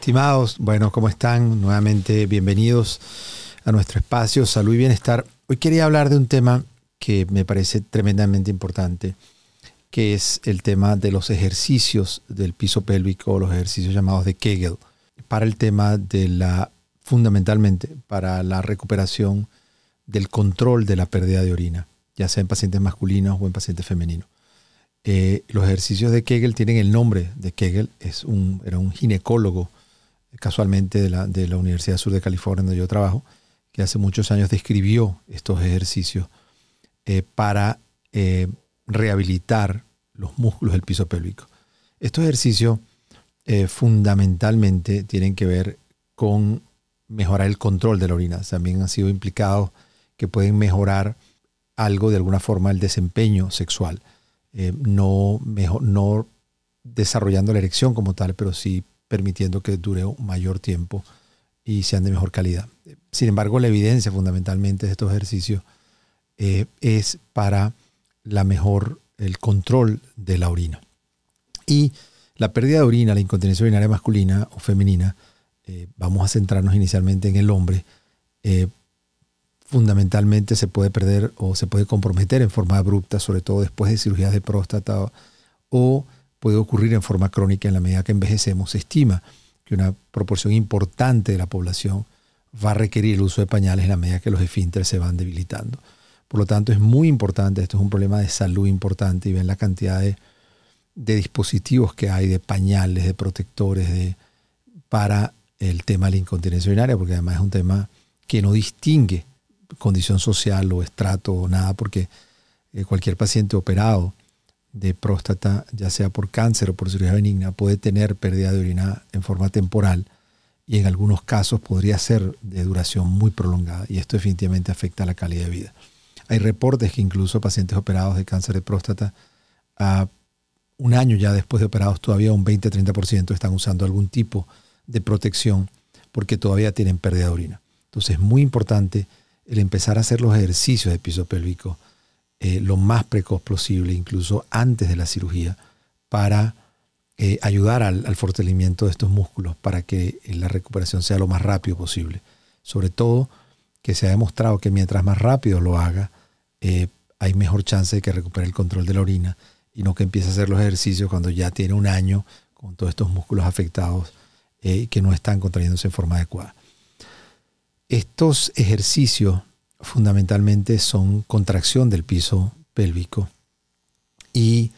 Estimados, bueno, ¿cómo están? Nuevamente bienvenidos a nuestro espacio Salud y Bienestar. Hoy quería hablar de un tema que me parece tremendamente importante, que es el tema de los ejercicios del piso pélvico, los ejercicios llamados de Kegel, para el tema de fundamentalmente para la recuperación del control de la pérdida de orina, ya sea en pacientes masculinos o en pacientes femeninos. Los ejercicios de Kegel tienen el nombre de Kegel, era un ginecólogo casualmente de la Universidad Sur de California, donde yo trabajo, que hace muchos años describió estos ejercicios para rehabilitar los músculos del piso pélvico. Estos ejercicios fundamentalmente tienen que ver con mejorar el control de la orina. También han sido implicados que pueden mejorar algo de alguna forma el desempeño sexual. No desarrollando la erección como tal, pero sí permitiendo que dure un mayor tiempo y sean de mejor calidad. Sin embargo, la evidencia fundamentalmente de estos ejercicios es para el control de la orina. Y la pérdida de orina, la incontinencia urinaria masculina o femenina, vamos a centrarnos inicialmente en el hombre, fundamentalmente se puede perder o se puede comprometer en forma abrupta, sobre todo después de cirugías de próstata, o puede ocurrir en forma crónica en la medida que envejecemos. Se estima que una proporción importante de la población va a requerir el uso de pañales en la medida que los esfínteres se van debilitando. Por lo tanto, es muy importante, esto es un problema de salud importante, y ven la cantidad de dispositivos que hay, de pañales, de protectores, para el tema de la incontinencia urinaria, porque además es un tema que no distingue condición social o estrato o nada, porque cualquier paciente operado de próstata, ya sea por cáncer o por cirugía benigna, puede tener pérdida de orina en forma temporal y en algunos casos podría ser de duración muy prolongada, y esto definitivamente afecta a la calidad de vida. Hay reportes que incluso pacientes operados de cáncer de próstata, a un año ya después de operados, todavía un 20-30% están usando algún tipo de protección porque todavía tienen pérdida de orina. Entonces es muy importante el empezar a hacer los ejercicios de piso pélvico lo más precoz posible, incluso antes de la cirugía, para ayudar al fortalecimiento de estos músculos, para que la recuperación sea lo más rápido posible. Sobre todo que se ha demostrado que mientras más rápido lo haga, hay mejor chance de que recupere el control de la orina, y no que empiece a hacer los ejercicios cuando ya tiene un año con todos estos músculos afectados que no están contrayéndose en forma adecuada. Estos ejercicios fundamentalmente son contracción del piso pélvico, y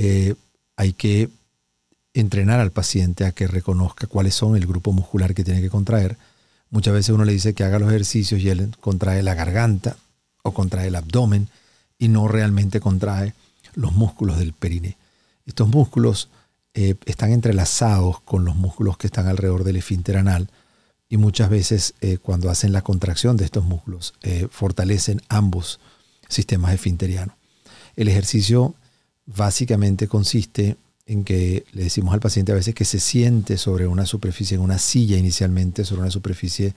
hay que entrenar al paciente a que reconozca cuáles son el grupo muscular que tiene que contraer. Muchas veces uno le dice que haga los ejercicios y él contrae la garganta o contrae el abdomen y no realmente contrae los músculos del periné. Estos músculos están entrelazados con los músculos que están alrededor del esfínter anal, y muchas veces cuando hacen la contracción de estos músculos fortalecen ambos sistemas esfinterianos. El ejercicio básicamente consiste en que le decimos al paciente a veces que se siente sobre una superficie, en una silla inicialmente, sobre una superficie,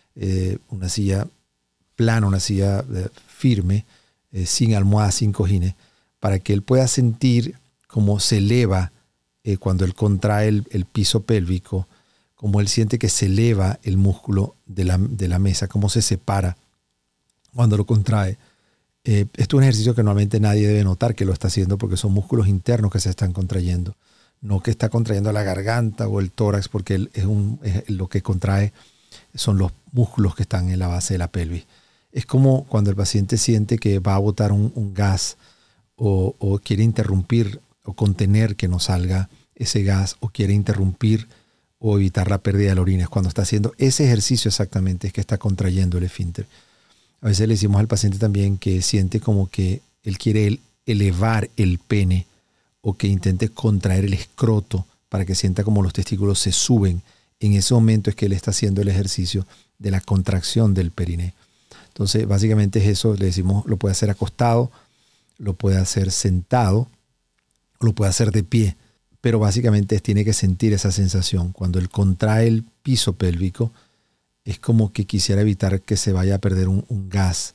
una silla plana, una silla firme, sin almohada, sin cojines, para que él pueda sentir cómo se eleva cuando él contrae el piso pélvico, como él siente que se eleva el músculo de la mesa, cómo se separa cuando lo contrae. Esto es un ejercicio que normalmente nadie debe notar que lo está haciendo, porque son músculos internos que se están contrayendo, no que está contrayendo la garganta o el tórax, porque lo que contrae son los músculos que están en la base de la pelvis. Es como cuando el paciente siente que va a botar un gas o quiere interrumpir o contener que no salga ese gas, o quiere interrumpir o evitar la pérdida de la orina. Es cuando está haciendo ese ejercicio exactamente, es que está contrayendo el esfínter. A veces le decimos al paciente también que siente como que él quiere elevar el pene, o que intente contraer el escroto para que sienta como los testículos se suben. En ese momento es que él está haciendo el ejercicio de la contracción del periné. Entonces, básicamente es eso. Le decimos, lo puede hacer acostado, lo puede hacer sentado, lo puede hacer de pie. Pero básicamente tiene que sentir esa sensación. Cuando él contrae el piso pélvico, es como que quisiera evitar que se vaya a perder un gas,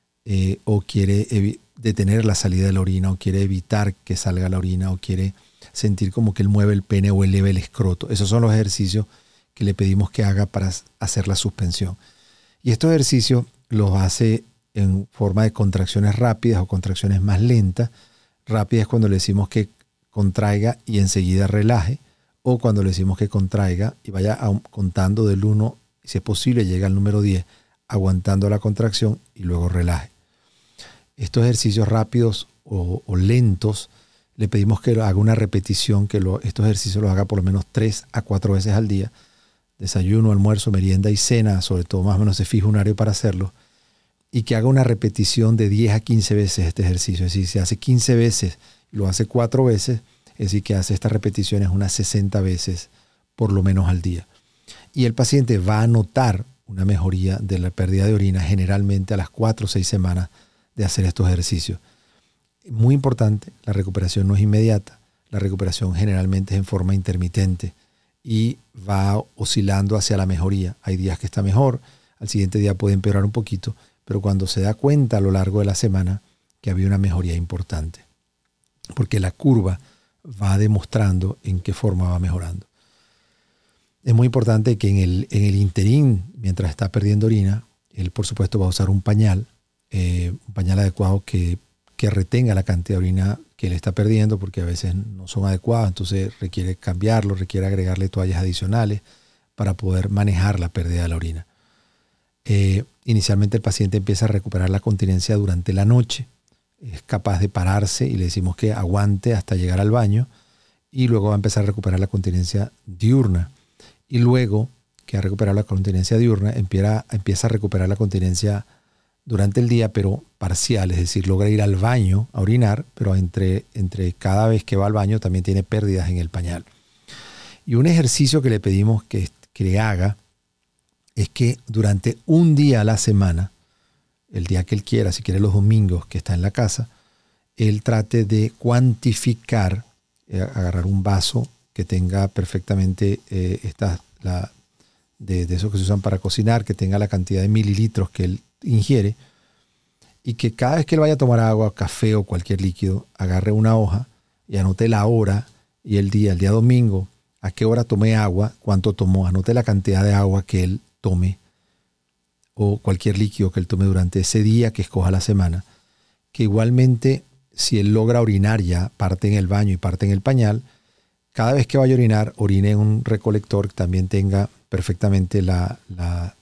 o quiere detener la salida de la orina, o quiere evitar que salga la orina, o quiere sentir como que él mueve el pene o eleva el escroto. Esos son los ejercicios que le pedimos que haga para hacer la suspensión. Y estos ejercicios los hace en forma de contracciones rápidas o contracciones más lentas. Rápidas es cuando le decimos que contraiga y enseguida relaje, o cuando le decimos que contraiga y vaya contando del 1, y si es posible llega al número 10, aguantando la contracción y luego relaje. Estos ejercicios rápidos o lentos, le pedimos que haga una repetición, que estos ejercicios los haga por lo menos 3 a 4 veces al día. Desayuno, almuerzo, merienda y cena, sobre todo más o menos se fija un horario para hacerlo. Y que haga una repetición de 10 a 15 veces este ejercicio. Es decir, si hace 15 veces y lo hace 4 veces, es decir, que hace estas repeticiones unas 60 veces por lo menos al día. Y el paciente va a notar una mejoría de la pérdida de orina generalmente a las 4 o 6 semanas de hacer estos ejercicios. Muy importante, la recuperación no es inmediata. La recuperación generalmente es en forma intermitente y va oscilando hacia la mejoría. Hay días que está mejor, al siguiente día puede empeorar un poquito, pero cuando se da cuenta a lo largo de la semana que había una mejoría importante, porque la curva va demostrando en qué forma va mejorando. Es muy importante que en el interín, mientras está perdiendo orina, él por supuesto va a usar un pañal adecuado que retenga la cantidad de orina que él está perdiendo, porque a veces no son adecuados, entonces requiere cambiarlo, requiere agregarle toallas adicionales para poder manejar la pérdida de la orina. Inicialmente el paciente empieza a recuperar la continencia durante la noche, es capaz de pararse y le decimos que aguante hasta llegar al baño, y luego va a empezar a recuperar la continencia diurna. Y luego que ha recuperado la continencia diurna, empieza a recuperar la continencia durante el día, pero parcial, es decir, logra ir al baño a orinar, pero entre cada vez que va al baño también tiene pérdidas en el pañal. Y un ejercicio que le pedimos que le haga es que durante un día a la semana, el día que él quiera, si quiere los domingos que está en la casa, él trate de cuantificar, agarrar un vaso que tenga perfectamente de esos que se usan para cocinar, que tenga la cantidad de mililitros que él ingiere, y que cada vez que él vaya a tomar agua, café o cualquier líquido, agarre una hoja y anote la hora y el día domingo, a qué hora tomé agua, cuánto tomó, anote la cantidad de agua que él tome o cualquier líquido que él tome durante ese día que escoja la semana, que igualmente si él logra orinar ya, parte en el baño y parte en el pañal, cada vez que vaya a orinar, orine en un recolector que también tenga perfectamente las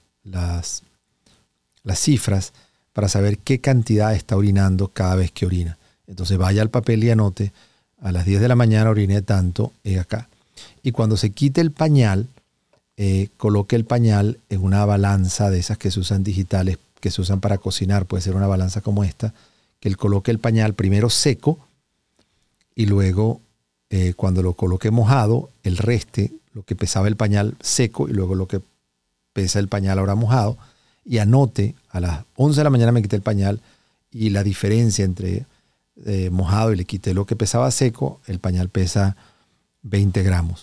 cifras para saber qué cantidad está orinando cada vez que orina. Entonces vaya al papel y anote, a las 10 de la mañana oriné tanto acá. Y cuando se quite el pañal, coloque el pañal en una balanza de esas que se usan digitales, que se usan para cocinar, puede ser una balanza como esta, que él coloque el pañal primero seco y luego cuando lo coloque mojado, el reste, lo que pesaba el pañal seco y luego lo que pesa el pañal ahora mojado, y anote, a las 11 de la mañana me quité el pañal y la diferencia entre mojado y le quité lo que pesaba seco, el pañal pesa 20 gramos.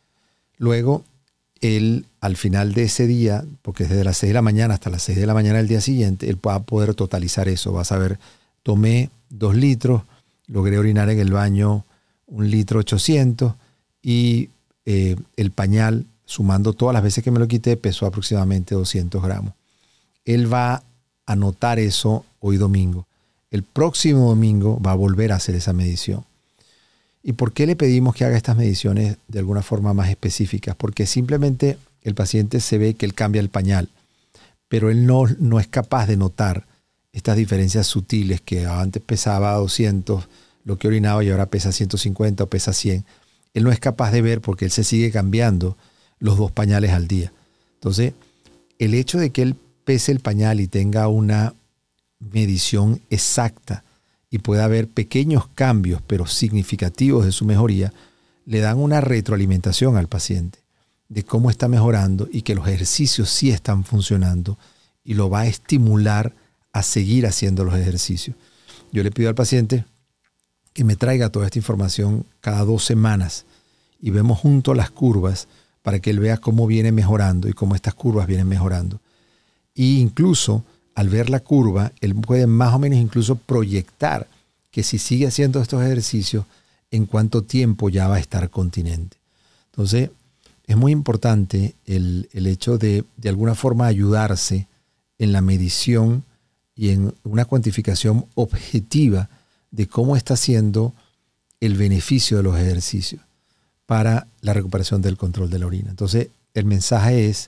Luego, él al final de ese día, porque desde las 6 de la mañana hasta las 6 de la mañana del día siguiente, él va a poder totalizar eso. Va a saber, tomé 2 litros, logré orinar en el baño 1,8 litros y el pañal, sumando todas las veces que me lo quité, pesó aproximadamente 200 gramos. Él va a notar eso hoy domingo. El próximo domingo va a volver a hacer esa medición. ¿Y por qué le pedimos que haga estas mediciones de alguna forma más específicas? Porque simplemente el paciente se ve que él cambia el pañal, pero él no es capaz de notar estas diferencias sutiles, que antes pesaba 200 lo que orinaba y ahora pesa 150 o pesa 100. Él no es capaz de ver porque él se sigue cambiando los 2 pañales al día. Entonces, el hecho de que él pese el pañal y tenga una medición exacta y pueda haber pequeños cambios, pero significativos de su mejoría, le dan una retroalimentación al paciente de cómo está mejorando y que los ejercicios sí están funcionando, y lo va a estimular a seguir haciendo los ejercicios. Yo le pido al paciente que me traiga toda esta información cada 2 semanas y vemos juntos las curvas para que él vea cómo viene mejorando y cómo estas curvas vienen mejorando. Y incluso al ver la curva, él puede más o menos incluso proyectar que si sigue haciendo estos ejercicios, en cuánto tiempo ya va a estar continente. Entonces, es muy importante el hecho de alguna forma ayudarse en la medición y en una cuantificación objetiva de cómo está siendo el beneficio de los ejercicios para la recuperación del control de la orina. Entonces, el mensaje es,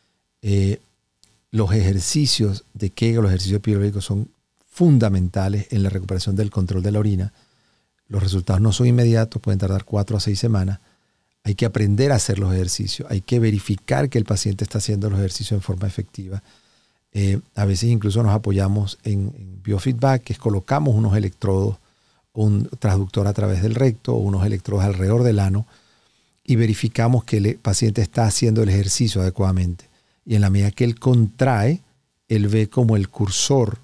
los ejercicios de Kegel, los ejercicios pirovédicos son fundamentales en la recuperación del control de la orina. Los resultados no son inmediatos, pueden tardar 4 a 6 semanas. Hay que aprender a hacer los ejercicios, hay que verificar que el paciente está haciendo los ejercicios en forma efectiva. A veces incluso nos apoyamos en biofeedback, que es colocamos unos electrodos, un transductor a través del recto o unos electrodos alrededor del ano y verificamos que el paciente está haciendo el ejercicio adecuadamente. Y en la medida que él contrae, él ve como el cursor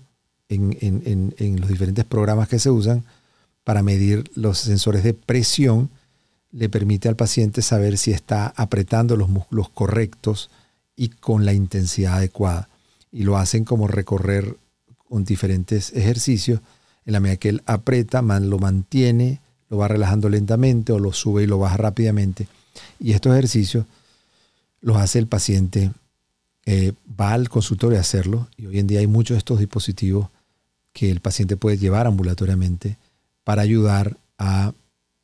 en los diferentes programas que se usan para medir los sensores de presión, le permite al paciente saber si está apretando los músculos correctos y con la intensidad adecuada. Y lo hacen como recorrer con diferentes ejercicios. En la medida que él aprieta, lo mantiene, lo va relajando lentamente o lo sube y lo baja rápidamente. Y estos ejercicios los hace el paciente, va al consultorio a hacerlo. Y hoy en día hay muchos de estos dispositivos que el paciente puede llevar ambulatoriamente para ayudar a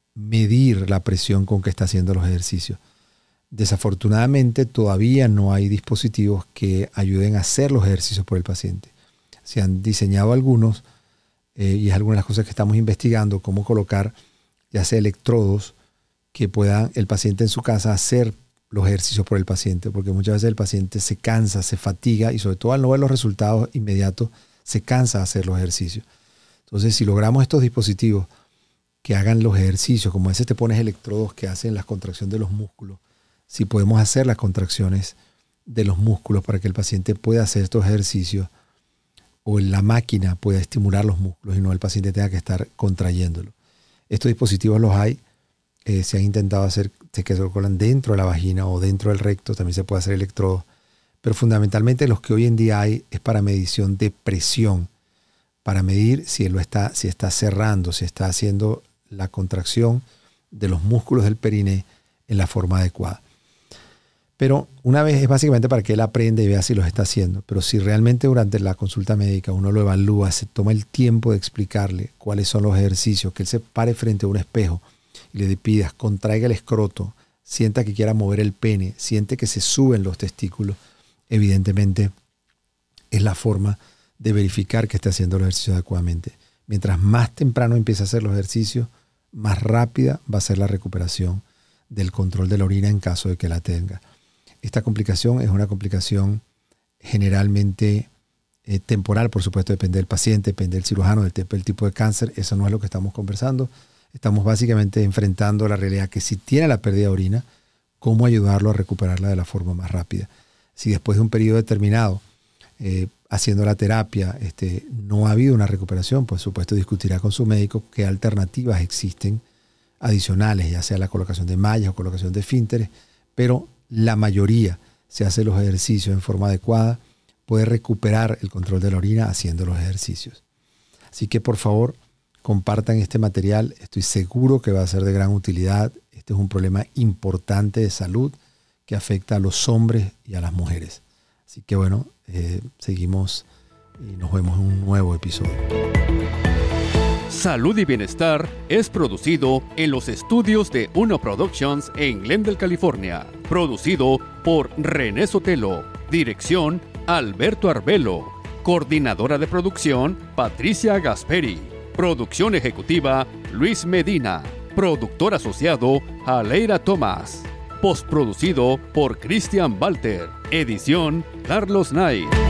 medir la presión con que está haciendo los ejercicios. Desafortunadamente todavía no hay dispositivos que ayuden a hacer los ejercicios por el paciente. Se han diseñado algunos y es alguna de las cosas que estamos investigando, cómo colocar ya sea electrodos que puedan el paciente en su casa hacer los ejercicios por el paciente, porque muchas veces el paciente se cansa, se fatiga y sobre todo al no ver los resultados inmediatos se cansa de hacer los ejercicios. Entonces, si logramos estos dispositivos que hagan los ejercicios, como a veces te pones electrodos que hacen la contracción de los músculos, si podemos hacer las contracciones de los músculos para que el paciente pueda hacer estos ejercicios o la máquina pueda estimular los músculos y no el paciente tenga que estar contrayéndolo. Estos dispositivos los hay, se han intentado hacer que se colocan dentro de la vagina o dentro del recto, también se puede hacer electrodos, pero fundamentalmente los que hoy en día hay es para medición de presión, para medir si está cerrando, si está haciendo la contracción de los músculos del periné en la forma adecuada. Pero una vez es básicamente para que él aprenda y vea si los está haciendo. Pero si realmente durante la consulta médica uno lo evalúa, se toma el tiempo de explicarle cuáles son los ejercicios, que él se pare frente a un espejo y le pidas, contraiga el escroto, sienta que quiera mover el pene, siente que se suben los testículos, evidentemente es la forma de verificar que esté haciendo los ejercicios adecuadamente. Mientras más temprano empiece a hacer los ejercicios, más rápida va a ser la recuperación del control de la orina en caso de que la tenga. Esta complicación es una complicación generalmente temporal, por supuesto, depende del paciente, depende del cirujano, del tipo de cáncer. Eso no es lo que estamos conversando. Estamos básicamente enfrentando la realidad que si tiene la pérdida de orina, cómo ayudarlo a recuperarla de la forma más rápida. Si después de un periodo determinado, haciendo la terapia, no ha habido una recuperación, por supuesto discutirá con su médico qué alternativas existen adicionales, ya sea la colocación de mallas o colocación de esfínteres, pero la mayoría se hace los ejercicios en forma adecuada, puede recuperar el control de la orina haciendo los ejercicios. Así que por favor, compartan este material, estoy seguro que va a ser de gran utilidad. Este es un problema importante de salud que afecta a los hombres y a las mujeres. Así que bueno, seguimos y nos vemos en un nuevo episodio. Salud y Bienestar es producido en los estudios de Uno Productions en Glendale, California. Producido por René Sotelo. Dirección Alberto Arbelo. Coordinadora de producción Patricia Gasperi. Producción ejecutiva Luis Medina. Productor asociado Aleira Tomás. Postproducido por Christian Walter. Edición Carlos Knight.